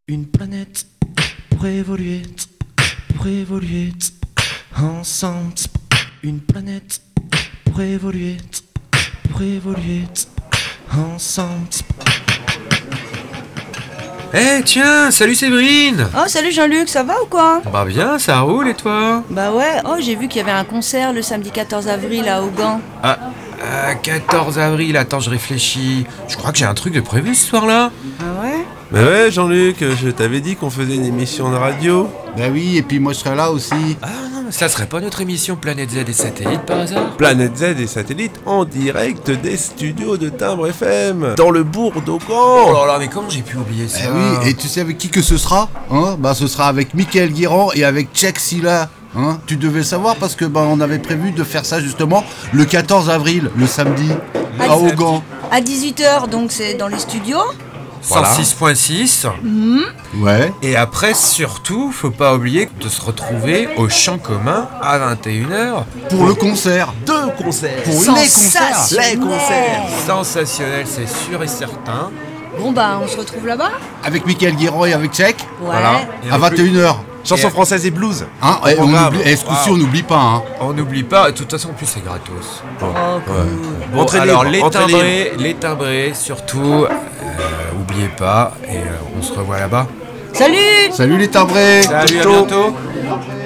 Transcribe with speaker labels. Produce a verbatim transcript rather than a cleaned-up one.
Speaker 1: Une planète pour évoluer, pour évoluer ensemble. Une planète pour évoluer, pour évoluer ensemble.
Speaker 2: Eh hey, tiens, salut Séverine.
Speaker 3: Oh salut Jean-Luc, ça va ou quoi?
Speaker 2: Bah bien, ça roule et toi?
Speaker 3: Bah ouais, oh j'ai vu qu'il y avait un concert le samedi quatorze avril à Augan.
Speaker 2: Ah, euh, quatorze avril, attends je réfléchis. Je crois que j'ai un truc de prévu ce soir-là.
Speaker 3: Ah ouais?
Speaker 4: Bah ouais Jean-Luc, je t'avais dit qu'on faisait une émission de radio.
Speaker 5: Bah oui, et puis moi je serai là aussi.
Speaker 2: Ah non, ça serait pas notre émission Planète Z et Satellite par hasard?
Speaker 4: Planète Z et Satellite en direct des studios de Timbre F M, dans le bourg d'Augan.
Speaker 2: Oh là là, mais comment j'ai pu oublier ça?
Speaker 5: Bah oui, et tu sais avec qui que ce sera hein? Bah ce sera avec Mickaël Guérand et avec Tchèque Silla. Hein, tu devais savoir parce que bah, on avait prévu de faire ça justement le quatorze avril, le samedi,
Speaker 3: Ah,
Speaker 5: à Augan.
Speaker 3: À dix-huit heures, donc c'est dans les studios.
Speaker 2: cent six point six.
Speaker 3: Mmh.
Speaker 5: Ouais.
Speaker 2: Et après, surtout, faut pas oublier de se retrouver au Champ Commun à vingt et une heures.
Speaker 5: Pour le concert.
Speaker 4: Deux concerts.
Speaker 5: Pour les concerts.
Speaker 3: Sensationnel.
Speaker 4: Les concerts.
Speaker 2: Sensationnel, c'est sûr et certain.
Speaker 3: Bon bah on se retrouve là-bas.
Speaker 5: Avec Mickaël Guérand et avec Tchèque.
Speaker 3: Ouais.
Speaker 2: Voilà. Et
Speaker 5: À
Speaker 2: en
Speaker 5: vingt et une heures.
Speaker 4: Chanson
Speaker 2: Et-
Speaker 4: française et blues.
Speaker 5: Hein,
Speaker 4: Au
Speaker 5: et on
Speaker 4: programme.
Speaker 5: oublie, et ce coup-ci
Speaker 2: Wow.
Speaker 5: on n'oublie pas. Hein.
Speaker 2: On n'oublie pas, de toute façon en plus c'est gratos.
Speaker 3: Oh, cool.
Speaker 2: Bon,
Speaker 4: Entrée
Speaker 2: alors
Speaker 4: libre,
Speaker 2: les
Speaker 4: entrée
Speaker 2: timbrés, les timbrés, surtout, euh, oubliez pas, et euh, on se revoit là-bas.
Speaker 3: Salut.
Speaker 5: Salut les timbrés.
Speaker 2: Salut, à
Speaker 4: Ciao.
Speaker 2: bientôt.